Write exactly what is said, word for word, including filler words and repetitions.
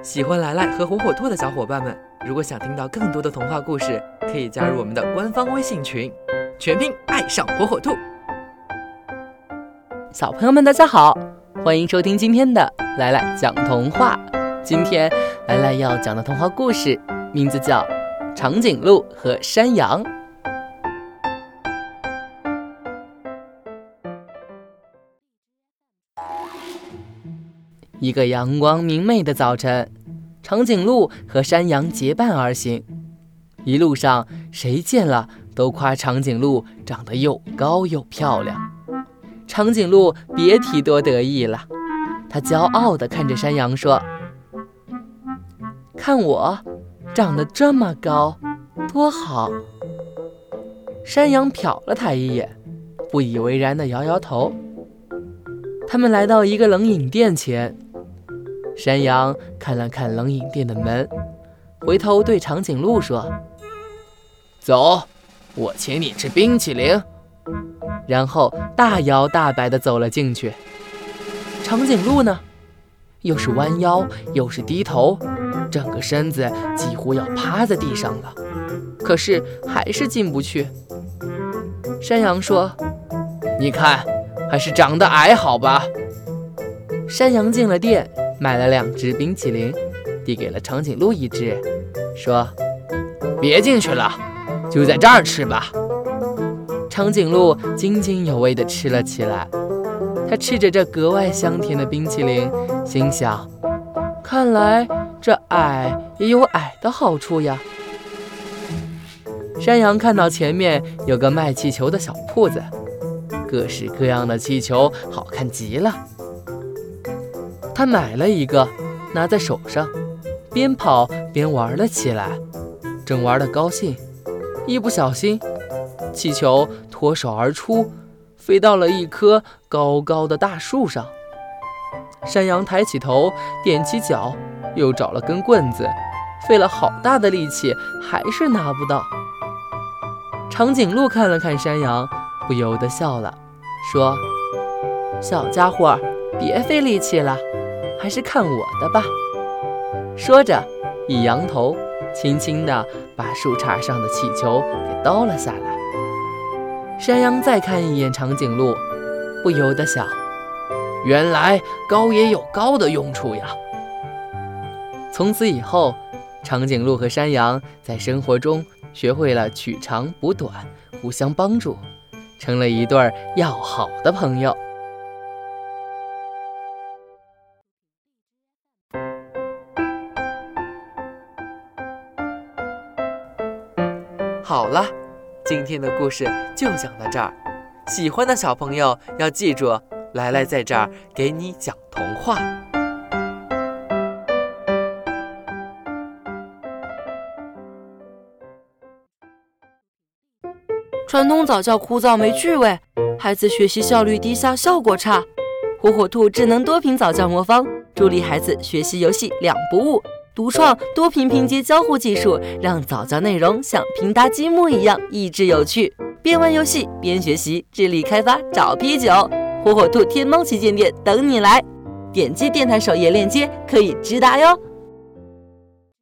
喜欢来来和火火兔的小伙伴们，如果想听到更多的童话故事，可以加入我们的官方微信群，全拼爱上火火兔。 小朋友们大家好，欢迎收听今天的来来讲童话。今天来来要讲的童话故事名字叫长颈鹿和山羊。一个阳光明媚的早晨，长颈鹿和山羊结伴而行，一路上谁见了都夸长颈鹿长得又高又漂亮。长颈鹿别提多得意了，他骄傲地看着山羊说：看我长得这么高，多好。山羊瞟了他一眼，不以为然地摇摇头。他们来到一个冷饮店前，山羊看了看冷饮店的门，回头对长颈鹿说：走，我请你吃冰淇淋。然后大摇大摆地走了进去。长颈鹿呢，又是弯腰又是低头，整个身子几乎要趴在地上了，可是还是进不去。山羊说：你看，还是长得矮好吧。山羊进了店，买了两只冰淇淋，递给了长颈鹿一只，说：别进去了，就在这儿吃吧。长颈鹿津津有味地吃了起来，他吃着这格外香甜的冰淇淋，心想：看来这矮也有矮的好处呀。山羊看到前面有个卖气球的小铺子，各式各样的气球好看极了。他买了一个，拿在手上，边跑边玩了起来。正玩得高兴，一不小心，气球脱手而出，飞到了一棵高高的大树上。山羊抬起头，踮起脚，又找了根棍子，费了好大的力气，还是拿不到。长颈鹿看了看山羊，不由得笑了，说：小家伙，别费力气了，还是看我的吧。说着一扬头，轻轻地把树杈上的气球给兜了下来。山羊再看一眼长颈鹿，不由得想：原来高也有高的用处呀。从此以后，长颈鹿和山羊在生活中学会了取长补短，互相帮助，成了一对要好的朋友。 好了，今天的故事就讲到这儿。喜欢的小朋友要记住，来来在这儿给你讲童话。 传统早教枯燥没趣味，孩子学习效率低下，效果差。火火兔智能多屏早教魔方，助力孩子学习游戏两不误。独创多屏拼接交互技术，让早教内容像拼搭积木一样益智有趣。边玩游戏边学习，智力开发找啤酒。火火兔天猫旗舰店等你来，点击电台首页链接可以直达哟。